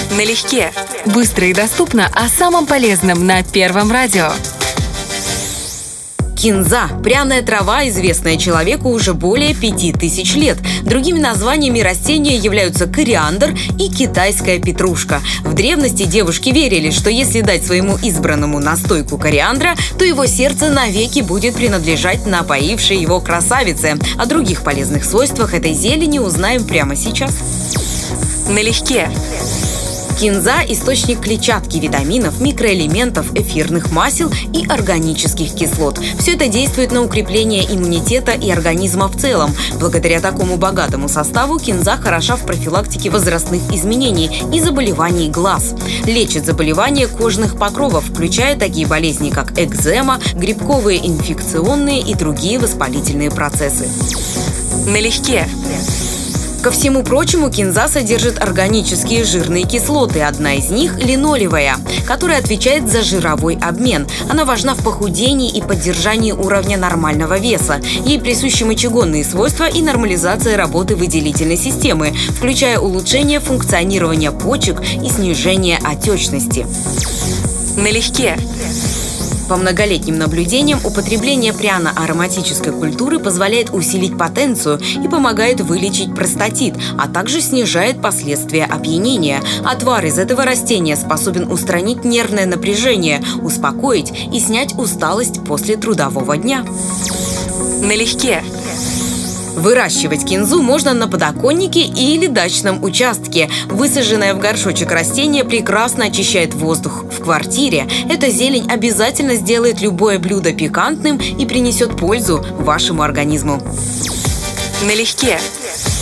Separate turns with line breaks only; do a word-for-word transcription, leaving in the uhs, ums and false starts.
Налегке. Быстро и доступно о самом полезном на Первом радио.
Кинза – пряная трава, известная человеку уже более пяти тысяч лет. Другими названиями растения являются кориандр и китайская петрушка. В древности девушки верили, что если дать своему избранному настойку кориандра, то его сердце навеки будет принадлежать напоившей его красавице. О других полезных свойствах этой зелени узнаем прямо сейчас.
Налегке.
Кинза – источник клетчатки, витаминов, микроэлементов, эфирных масел и органических кислот. Все это действует на укрепление иммунитета и организма в целом. Благодаря такому богатому составу кинза хороша в профилактике возрастных изменений и заболеваний глаз. Лечит заболевания кожных покровов, включая такие болезни, как экзема, грибковые инфекционные и другие воспалительные процессы.
Налегке.
Ко всему прочему, кинза содержит органические жирные кислоты. Одна из них – линолевая, которая отвечает за жировой обмен. Она важна в похудении и поддержании уровня нормального веса. Ей присущи мочегонные свойства и нормализация работы выделительной системы, включая улучшение функционирования почек и снижение отечности.
Налегке.
По многолетним наблюдениям, употребление пряно-ароматической культуры позволяет усилить потенцию и помогает вылечить простатит, а также снижает последствия опьянения. Отвар из этого растения способен устранить нервное напряжение, успокоить и снять усталость после трудового дня.
Налегке.
Выращивать кинзу можно на подоконнике или дачном участке. Высаженное в горшочек растение прекрасно очищает воздух в квартире. Эта зелень обязательно сделает любое блюдо пикантным и принесет пользу вашему организму.
Налегке.